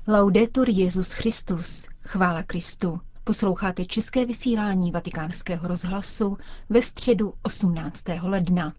Laudetur Jesus Christus, chvála Kristu. Posloucháte české vysílání Vatikánského rozhlasu ve středu 18. ledna.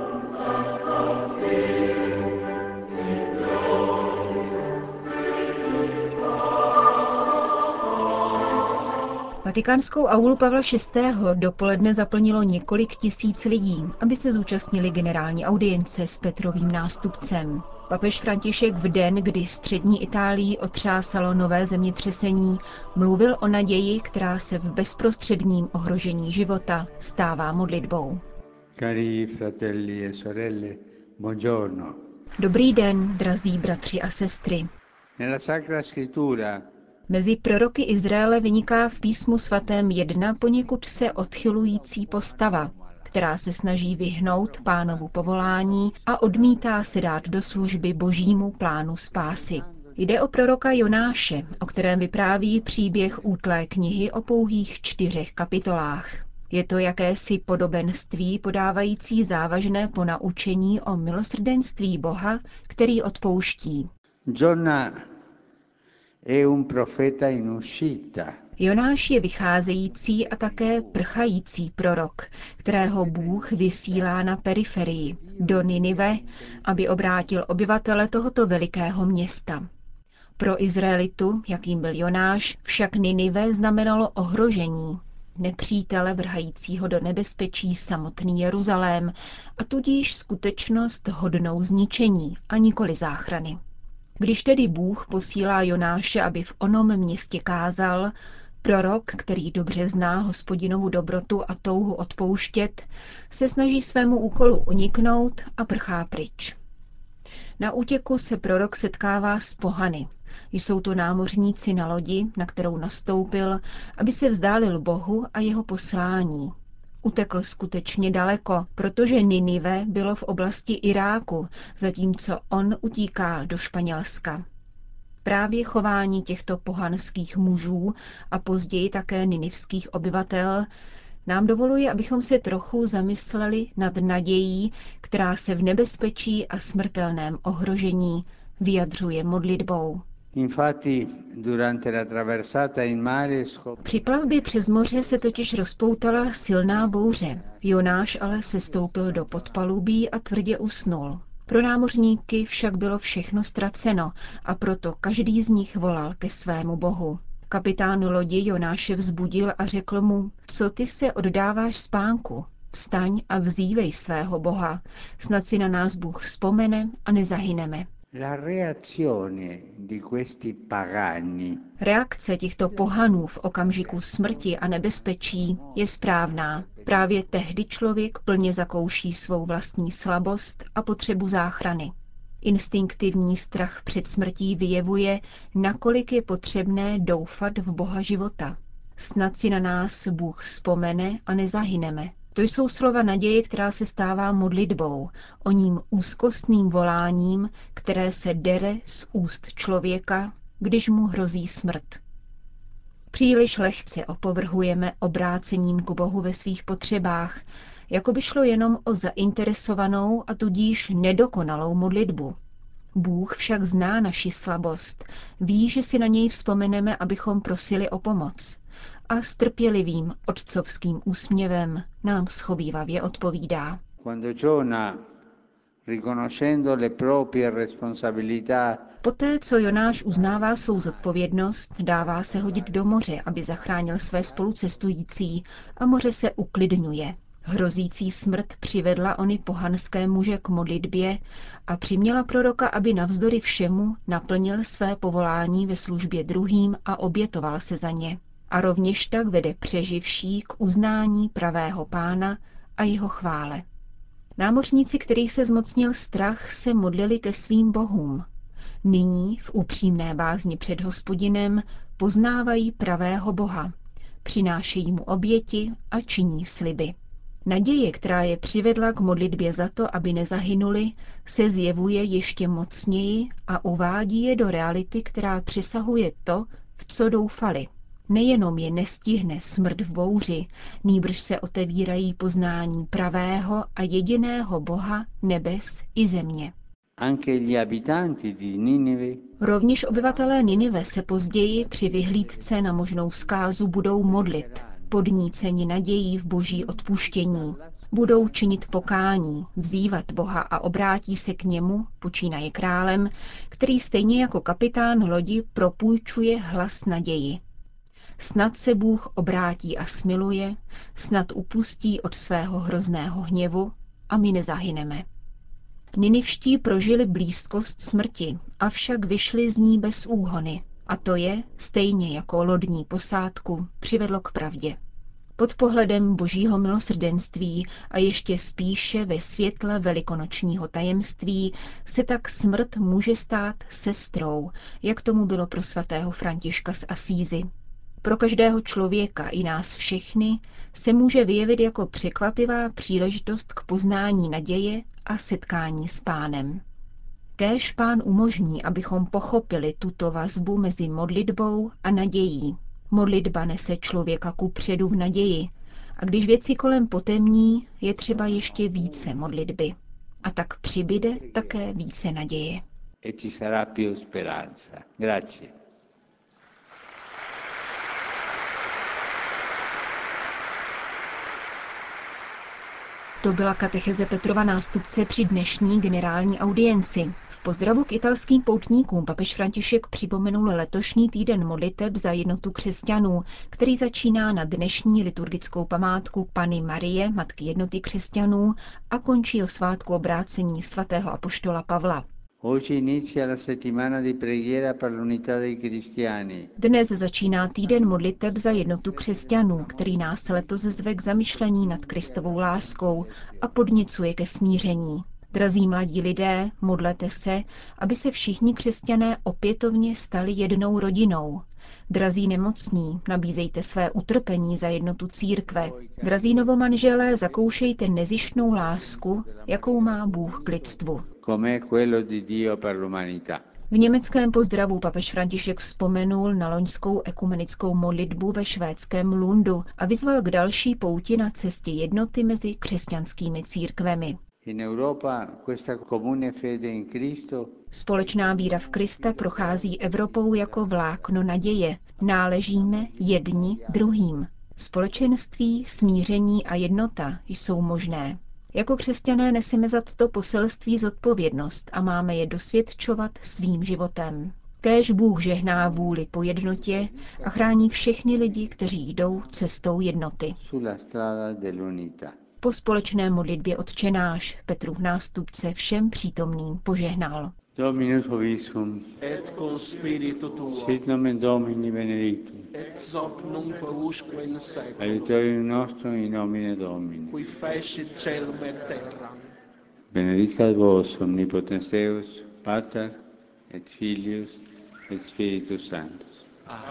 Vatikánskou aulu Pavla VI. Dopoledne zaplnilo několik tisíc lidí, aby se zúčastnili generální audience s Petrovým nástupcem. Papež František v den, kdy střední Itálií otřásalo nové zemětřesení, mluvil o naději, která se v bezprostředním ohrožení života stává modlitbou. Cari fratelli e sorelle, buongiorno. Dobrý den, drazí bratři a sestry. Nella Sacra Scrittura Mezi proroky Izraele vyniká v písmu svatém jedna poněkud se odchylující postava, která se snaží vyhnout Pánovu povolání a odmítá se dát do služby božímu plánu spásy. Jde o proroka Jonáše, o kterém vypráví příběh útlé knihy o pouhých 4 kapitolách. Je to jakési podobenství podávající závažné ponaučení o milosrdenství Boha, který odpouští. Giona è un profeta in uscita. Jonáš je vycházející a také prchající prorok, kterého Bůh vysílá na periferii, do Ninive, aby obrátil obyvatele tohoto velikého města. Pro Izraelitu, jakým byl Jonáš, však Ninive znamenalo ohrožení, nepřítele vrhajícího do nebezpečí samotný Jeruzalém a tudíž skutečnost hodnou zničení a nikoli záchrany. Když tedy Bůh posílá Jonáše, aby v onom městě kázal, prorok, který dobře zná Hospodinovu dobrotu a touhu odpouštět, se snaží svému úkolu uniknout a prchá pryč. Na útěku se prorok setkává s pohany. Jsou to námořníci na lodi, na kterou nastoupil, aby se vzdálil Bohu a jeho poslání. Utekl skutečně daleko, protože Ninive bylo v oblasti Iráku, zatímco on utíká do Španělska. Právě chování těchto pohanských mužů a později také ninivských obyvatel nám dovoluje, abychom se trochu zamysleli nad nadějí, která se v nebezpečí a smrtelném ohrožení vyjadřuje modlitbou. Při plavbě přes moře se totiž rozpoutala silná bouře. Jonáš ale sestoupil do podpalubí a tvrdě usnul. Pro námořníky však bylo všechno ztraceno a proto každý z nich volal ke svému Bohu. Kapitán lodi Jonáše vzbudil a řekl mu: Co ty se oddáváš spánku? Vstaň a vzívej svého Boha, snad si na nás Bůh vzpomene a nezahyneme. Reakce těchto pohanů v okamžiku smrti a nebezpečí je správná. Právě tehdy člověk plně zakouší svou vlastní slabost a potřebu záchrany. Instinktivní strach před smrtí vyjevuje, nakolik je potřebné doufat v Boha života. Snad si na nás Bůh vzpomene a nezahyneme. To jsou slova naděje, která se stává modlitbou, oním úzkostným voláním, které se dere z úst člověka, když mu hrozí smrt. Příliš lehce opovrhujeme obrácením k Bohu ve svých potřebách, jako by šlo jenom o zainteresovanou a tudíž nedokonalou modlitbu. Bůh však zná naši slabost, ví, že si na něj vzpomeneme, abychom prosili o pomoc. A s trpělivým otcovským úsměvem nám schovívavě odpovídá. Poté, co Jonáš uznává svou zodpovědnost, dává se hodit do moře, aby zachránil své spolucestující, a moře se uklidňuje. Hrozící smrt přivedla ony pohanské muže k modlitbě a přiměla proroka, aby navzdory všemu naplnil své povolání ve službě druhým a obětoval se za ně. A rovněž tak vede přeživší k uznání pravého Pána a jeho chvále. Námořníci, kterých se zmocnil strach, se modlili ke svým bohům. Nyní v upřímné bázni před Hospodinem poznávají pravého Boha, přinášejí mu oběti a činí sliby. Naděje, která je přivedla k modlitbě za to, aby nezahynuli, se zjevuje ještě mocněji a uvádí je do reality, která přesahuje to, v co doufali. Nejenom je nestihne smrt v bouři, nýbrž se otevírají poznání pravého a jediného Boha nebes i země. Anche gli abitanti di Ninive Rovněž obyvatelé Ninive se později při vyhlídce na možnou zkázu budou modlit, podníceni nadějí v boží odpuštění. Budou činit pokání, vzývat Boha a obrátí se k němu, počínaje králem, který stejně jako kapitán lodi propůjčuje hlas naději. Snad se Bůh obrátí a smiluje, snad upustí od svého hrozného hněvu a my nezahyneme. Ninivští prožili blízkost smrti, avšak vyšli z ní bez úhony. A to je, stejně jako lodní posádku, přivedlo k pravdě. Pod pohledem božího milosrdenství a ještě spíše ve světle velikonočního tajemství se tak smrt může stát sestrou, jak tomu bylo pro svatého Františka z Asízy. Pro každého člověka i nás všechny se může vyjevit jako překvapivá příležitost k poznání naděje a setkání s Pánem. Kéž Pán umožní, abychom pochopili tuto vazbu mezi modlitbou a nadějí. Modlitba nese člověka kupředu v naději a když věci kolem potemní, je třeba ještě více modlitby. A tak přibyde také více naděje. e ci sarà più speranza. Grazie. To byla katecheze Petrova nástupce při dnešní generální audienci. V pozdravu k italským poutníkům papež František připomenul letošní týden modliteb za jednotu křesťanů, který začíná na dnešní liturgickou památku Panny Marie, Matky jednoty křesťanů, a končí o svátku obrácení svatého apoštola Pavla. Dnes začíná týden modliteb za jednotu křesťanů, který nás letos zve k zamyšlení nad Kristovou láskou a podněcuje ke smíření. Drazí mladí lidé, modlete se, aby se všichni křesťané opětovně stali jednou rodinou. Drazí nemocní, nabízejte své utrpení za jednotu církve. Drazí novomanželé, zakoušejte nezištnou lásku, jakou má Bůh k lidstvu. V německém pozdravu papež František vzpomenul na loňskou ekumenickou modlitbu ve švédském Lundu a vyzval k další pouti na cestě jednoty mezi křesťanskými církvemi. Společná víra v Krista prochází Evropou jako vlákno naděje. Náležíme jedni druhým. Společenství, smíření a jednota jsou možné. Jako křesťané neseme za toto poselství zodpovědnost a máme je dosvědčovat svým životem. Kéž Bůh žehná vůli po jednotě a chrání všechny lidi, kteří jdou cestou jednoty. Po společné modlitbě Otčenáš Petrův nástupce všem přítomným požehnal. Dominus vobiscum, et cum spiritu tuo, sit nomen Domini benedictum, et hoc nunc usque in seculum, aiutorium nostrum in nomine Domini. qui fecit caelum et terram. Benedicat vos omnipotens Deus, Pater et Filius et Spiritus Sanctus.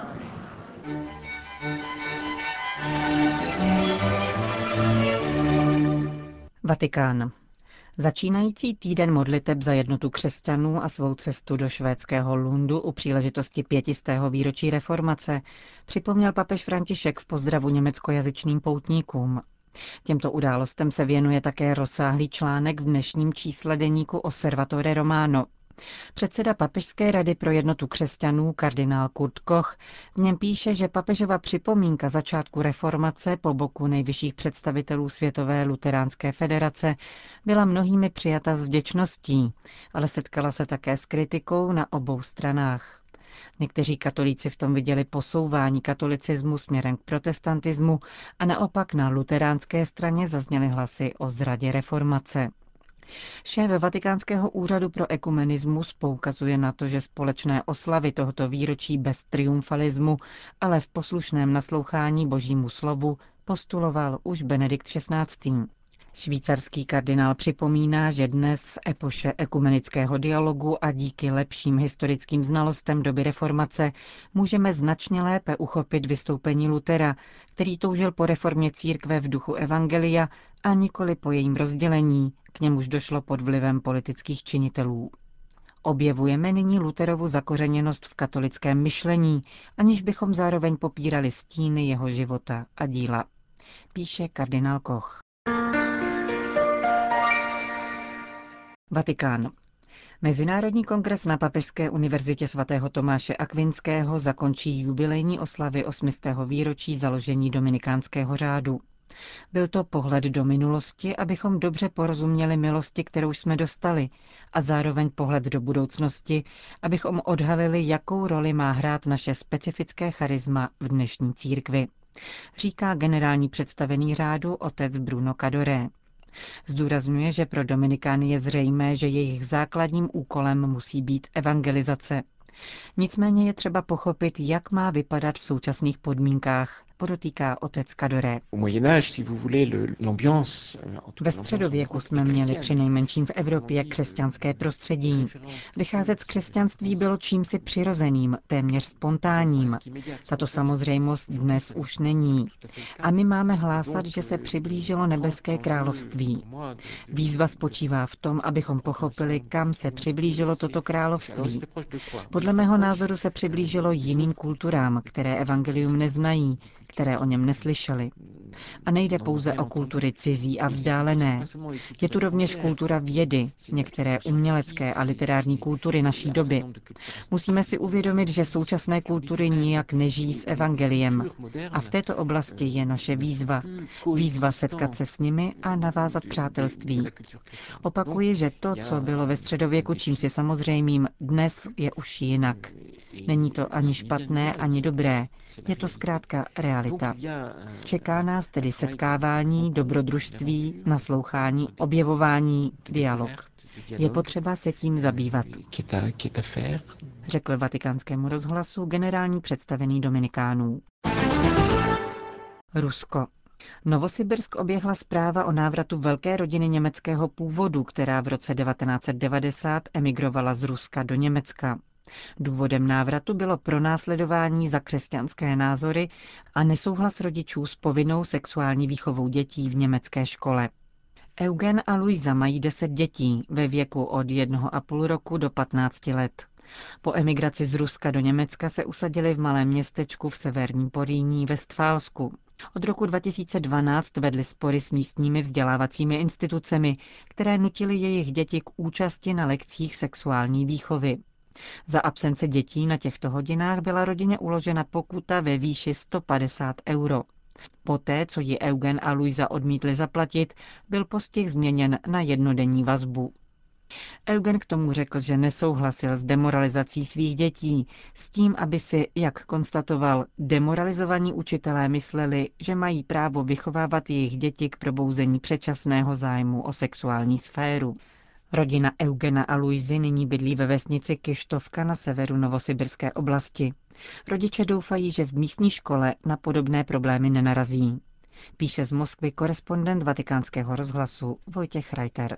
Vatikán. Začínající týden modliteb za jednotu křesťanů a svou cestu do švédského Lundu u příležitosti 500. výročí reformace připomněl papež František v pozdravu německojazyčným poutníkům. Těmto událostem se věnuje také rozsáhlý článek v dnešním čísle deníku Osservatore Romano. Předseda Papežské rady pro jednotu křesťanů kardinál Kurt Koch v něm píše, že papežova připomínka začátku reformace po boku nejvyšších představitelů Světové luteránské federace byla mnohými přijata s vděčností, ale setkala se také s kritikou na obou stranách. Někteří katolíci v tom viděli posouvání katolicismu směrem k protestantismu a naopak na luteránské straně zazněly hlasy o zradě reformace. Šéf Vatikánského úřadu pro ekumenismus poukazuje na to, že společné oslavy tohoto výročí bez triumfalismu, ale v poslušném naslouchání Božímu slovu postuloval už Benedikt XVI. Švýcarský kardinál připomíná, že dnes v epoše ekumenického dialogu a díky lepším historickým znalostem doby reformace můžeme značně lépe uchopit vystoupení Luthera, který toužil po reformě církve v duchu evangelia a nikoli po jejím rozdělení, k němuž došlo pod vlivem politických činitelů. Objevujeme nyní Lutherovu zakořeněnost v katolickém myšlení, aniž bychom zároveň popírali stíny jeho života a díla, píše kardinál Koch. Vatikán. Mezinárodní kongres na Papežské univerzitě svatého Tomáše Akvinského zakončí jubilejní oslavy 800. výročí založení dominikánského řádu. Byl to pohled do minulosti, abychom dobře porozuměli milosti, kterou jsme dostali, a zároveň pohled do budoucnosti, abychom odhalili, jakou roli má hrát naše specifické charisma v dnešní církvi, říká generální představený řádu otec Bruno Cadoré. Zdůrazňuje, že pro Dominikány je zřejmé, že jejich základním úkolem musí být evangelizace. Nicméně je třeba pochopit, jak má vypadat v současných podmínkách, podotýká otec Cadoré. Ve středověku jsme měli přinejmenším v Evropě křesťanské prostředí. Vycházet z křesťanství bylo čímsi přirozeným, téměř spontánním. Tato samozřejmost dnes už není. A my máme hlásat, že se přiblížilo nebeské království. Výzva spočívá v tom, abychom pochopili, kam se přiblížilo toto království. Podle mého názoru se přiblížilo jiným kulturám, které evangelium neznají, které o něm neslyšeli. A nejde pouze o kultury cizí a vzdálené. Je tu rovněž kultura vědy, některé umělecké a literární kultury naší doby. Musíme si uvědomit, že současné kultury nijak nežijí s evangeliem. A v této oblasti je naše výzva. Výzva setkat se s nimi a navázat přátelství. Opakuji, že to, co bylo ve středověku čímsi samozřejmým, dnes je už jinak. Není to ani špatné, ani dobré. Je to zkrátka realita. Čeká nás tedy setkávání, dobrodružství, naslouchání, objevování, dialog. Je potřeba se tím zabývat, řekl Vatikánskému rozhlasu generální představený Dominikánů. Rusko. Novosibirsk oběhla zpráva o návratu velké rodiny německého původu, která v roce 1990 emigrovala z Ruska do Německa. Důvodem návratu bylo pronásledování za křesťanské názory a nesouhlas rodičů s povinnou sexuální výchovou dětí v německé škole. Eugen a Luisa mají 10 dětí ve věku od 1,5 roku do 15 let. Po emigraci z Ruska do Německa se usadili v malém městečku v severním Porýní Vestfálsku. Od roku 2012 vedli spory s místními vzdělávacími institucemi, které nutily jejich děti k účasti na lekcích sexuální výchovy. Za absence dětí na těchto hodinách byla rodině uložena pokuta ve výši 150 €. Poté, co ji Eugen a Luisa odmítli zaplatit, byl postih změněn na jednodenní vazbu. Eugen k tomu řekl, že nesouhlasil s demoralizací svých dětí, s tím, aby si, jak konstatoval, demoralizovaní učitelé mysleli, že mají právo vychovávat jejich děti k probouzení předčasného zájmu o sexuální sféru. Rodina Eugena a Luisy nyní bydlí ve vesnici Kištovka na severu Novosibirské oblasti. Rodiče doufají, že v místní škole na podobné problémy nenarazí. Píše z Moskvy korespondent Vatikánského rozhlasu Vojtěch Reiter.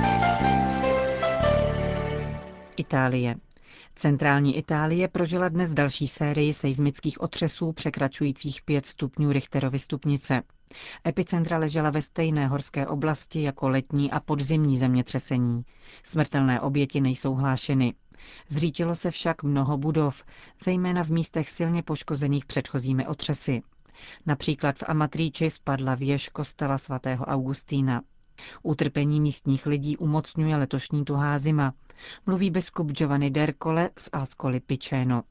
Itálie. Centrální Itálie prožila dnes další sérii seismických otřesů překračujících 5 stupňů Richterovy stupnice. Epicentra ležela ve stejné horské oblasti jako letní a podzimní zemětřesení. Smrtelné oběti nejsou hlášeny. Zřítilo se však mnoho budov, zejména v místech silně poškozených předchozími otřesy. Například v Amatriči spadla věž kostela svatého Augustína. Utrpení místních lidí umocňuje letošní tuhá zima, mluví biskup Giovanni d'Ercole z Ascoli Piceno.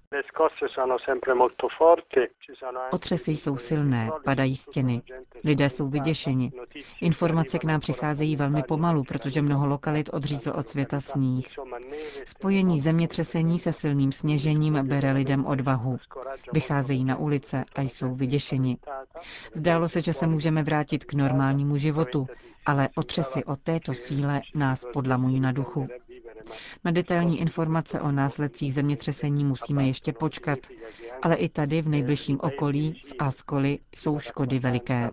Otřesy jsou silné, padají stěny. Lidé jsou vyděšeni. Informace k nám přicházejí velmi pomalu, protože mnoho lokalit odřízl od světa sníh. Spojení zemětřesení se silným sněžením bere lidem odvahu. Vycházejí na ulice a jsou vyděšeni. Zdálo se, že se můžeme vrátit k normálnímu životu, ale otřesy o této síle nás podlamují na duchu. Na detailní informace o následcích zemětřesení musíme ještě počkat, ale i tady v nejbližším okolí, v Ascoli, jsou škody veliké,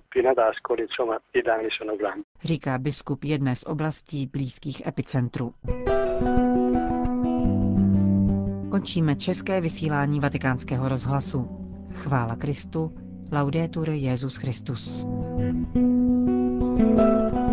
říká biskup jedné z oblastí blízkých epicentru. Končíme české vysílání Vatikánského rozhlasu. Chvála Kristu, laudetur Jesus Christus.